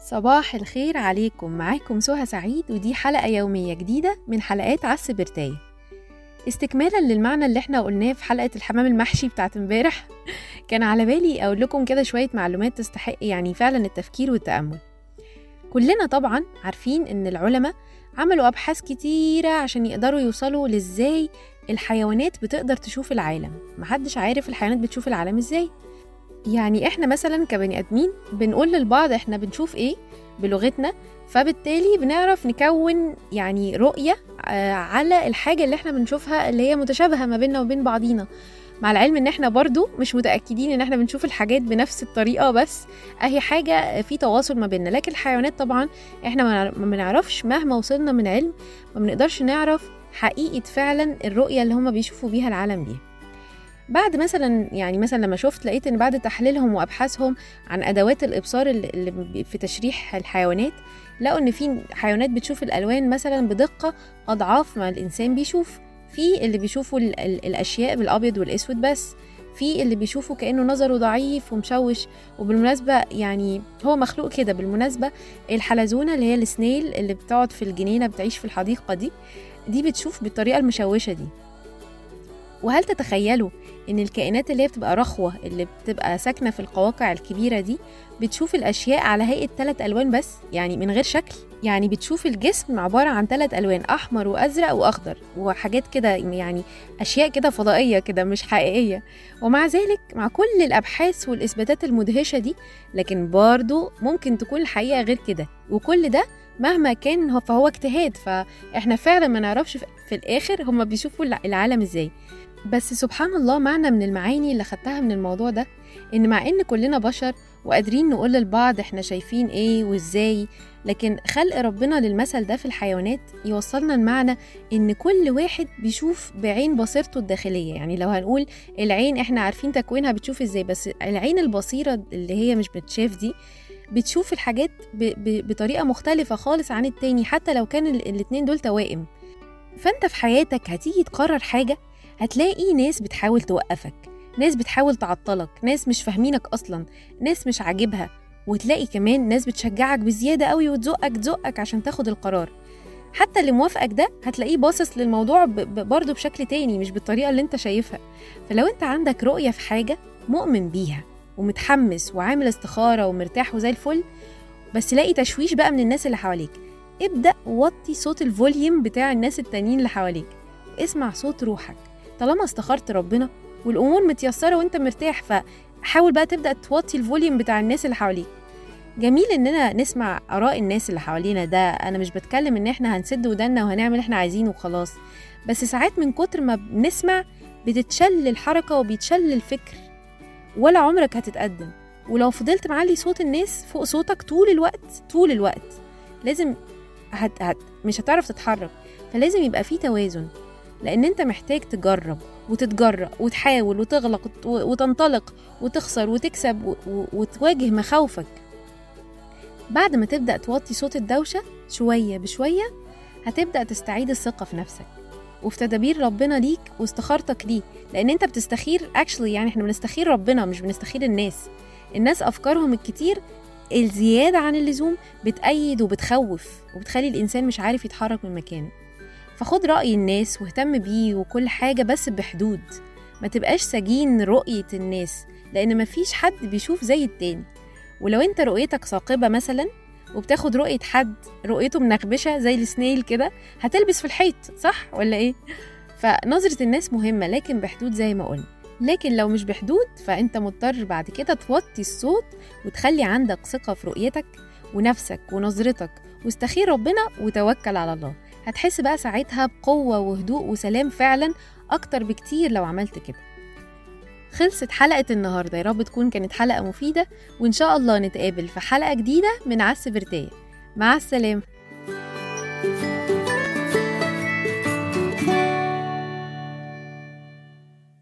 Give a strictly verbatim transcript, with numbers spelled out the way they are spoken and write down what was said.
صباح الخير عليكم، معاكم سهى سعيد، ودي حلقة يومية جديدة من حلقات عس برتاية. استكمالا للمعنى اللي احنا قلناه في حلقة الحمام المحشي بتاعت امبارح، كان على بالي اقول لكم كده شوية معلومات تستحق يعني فعلا التفكير والتأمل. كلنا طبعا عارفين ان العلماء عملوا أبحاث كتيرة عشان يقدروا يوصلوا لإزاي الحيوانات بتقدر تشوف العالم. محدش عارف الحيوانات بتشوف العالم إزاي. يعني إحنا مثلا كبني آدمين بنقول للبعض إحنا بنشوف إيه بلغتنا، فبالتالي بنعرف نكون يعني رؤية على الحاجة اللي إحنا بنشوفها اللي هي متشابهة ما بيننا وبين بعضينا، مع العلم إن إحنا برضو مش متأكدين إن إحنا بنشوف الحاجات بنفس الطريقة، بس أهي حاجة في تواصل ما بيننا. لكن الحيوانات طبعا إحنا ما بنعرفش مهما وصلنا من علم، ما بنقدرش نعرف حقيقة فعلا الرؤية اللي هم بيشوفوا بيها العالم دي. بعد مثلا يعني مثلا لما شفت لقيت ان بعد تحليلهم وابحاثهم عن ادوات الابصار اللي في تشريح الحيوانات، لقوا ان في حيوانات بتشوف الالوان مثلا بدقه اضعاف ما الانسان بيشوف. في اللي بيشوفوا الاشياء بالابيض والاسود بس، في اللي بيشوفوا كانه نظره ضعيف ومشوش. وبالمناسبه يعني هو مخلوق كده. بالمناسبه الحلزونه اللي هي السنيل اللي بتقعد في الجنينه بتعيش في الحديقه دي دي بتشوف بالطريقه المشوشه دي. وهل تتخيلوا ان الكائنات اللي هي بتبقى رخوة اللي بتبقى ساكنة في القواقع الكبيرة دي بتشوف الاشياء على هيئة ثلاث الوان بس، يعني من غير شكل؟ يعني بتشوف الجسم عبارة عن ثلاث الوان، احمر وازرق واخضر وحاجات كده، يعني اشياء كده فضائية كده مش حقيقية. ومع ذلك مع كل الابحاث والاثباتات المدهشة دي، لكن برضو ممكن تكون الحقيقة غير كده. وكل ده مهما كان فهو اجتهاد، فاحنا فعلا ما نعرفش في الاخر هم بيشوفوا العالم ازاي. بس سبحان الله، معنى من المعاني اللي خدتها من الموضوع ده ان مع ان كلنا بشر وقادرين نقول للبعض احنا شايفين ايه وازاي، لكن خلق ربنا للمثل ده في الحيوانات يوصلنا المعنى ان كل واحد بيشوف بعين بصيرته الداخلية. يعني لو هنقول العين احنا عارفين تكوينها بتشوف ازاي، بس العين البصيرة اللي هي مش بتشاف دي بتشوف الحاجات ب- ب- بطريقة مختلفة خالص عن التاني، حتى لو كان الاتنين دول توائم. فانت في حياتك هتيجي تقرر حاجة، هتلاقي ناس بتحاول توقفك، ناس بتحاول تعطلك، ناس مش فاهمينك أصلا، ناس مش عاجبها، وتلاقي كمان ناس بتشجعك بزيادة قوي وتزقك تزقك عشان تاخد القرار. حتى اللي موافقك ده هتلاقيه باصص للموضوع برضه بشكل تاني، مش بالطريقة اللي انت شايفها. فلو انت عندك رؤية في حاجة مؤمن بيها ومتحمس وعامل استخارة ومرتاح وزي الفل، بس لاقي تشويش بقى من الناس اللي حواليك، ابدأ وطي صوت الفوليوم بتاع الناس التانيين اللي حواليك، اسمع صوت روحك. طالما استخرت ربنا والأمور متيسرة وانت مرتاح، فحاول بقى تبدأ توطي الفوليوم بتاع الناس اللي حواليك. جميل اننا نسمع آراء الناس اللي حوالينا، ده انا مش بتكلم ان احنا هنسد ودنا وهنعمل احنا عايزينه وخلاص، بس ساعات من كتر ما بنسمع بتتشل الحركة وبيتشل الفكر، ولا عمرك هتتقدم. ولو فضلت معلي صوت الناس فوق صوتك طول الوقت طول الوقت لازم هت هت مش هتعرف تتحرك. فلازم يبقى فيه توازن، لأن أنت محتاج تجرب وتتجرأ وتحاول وتغلق وتنطلق وتخسر وتكسب وتواجه مخاوفك. بعد ما تبدأ توطي صوت الدوشة شوية بشوية، هتبدأ تستعيد الثقة في نفسك وفي تدابير ربنا ليك واستخارتك ليه. لأن أنت بتستخير actually، يعني احنا بنستخير ربنا مش بنستخير الناس. الناس أفكارهم الكتير الزيادة عن اللزوم بتأيد وبتخوف وبتخلي الإنسان مش عارف يتحرك من مكانه. فخد رأي الناس واهتم بيه وكل حاجة، بس بحدود. ما تبقاش سجين رؤية الناس، لأن مفيش حد بيشوف زي التاني. ولو انت رؤيتك ثاقبة مثلا وبتاخد رؤية حد رؤيته منغبشة زي السنيل كده، هتلبس في الحيط، صح ولا ايه؟ فنظرة الناس مهمة لكن بحدود زي ما قلنا. لكن لو مش بحدود فانت مضطر بعد كده توطي الصوت وتخلي عندك ثقة في رؤيتك ونفسك ونظرتك، واستخير ربنا وتوكل على الله. هتحس بقى ساعتها بقوة وهدوء وسلام فعلا أكتر بكتير لو عملت كده. خلصت حلقة النهاردة، يا رب تكون كانت حلقة مفيدة، وإن شاء الله نتقابل في حلقة جديدة من عس برتاية. مع السلامة.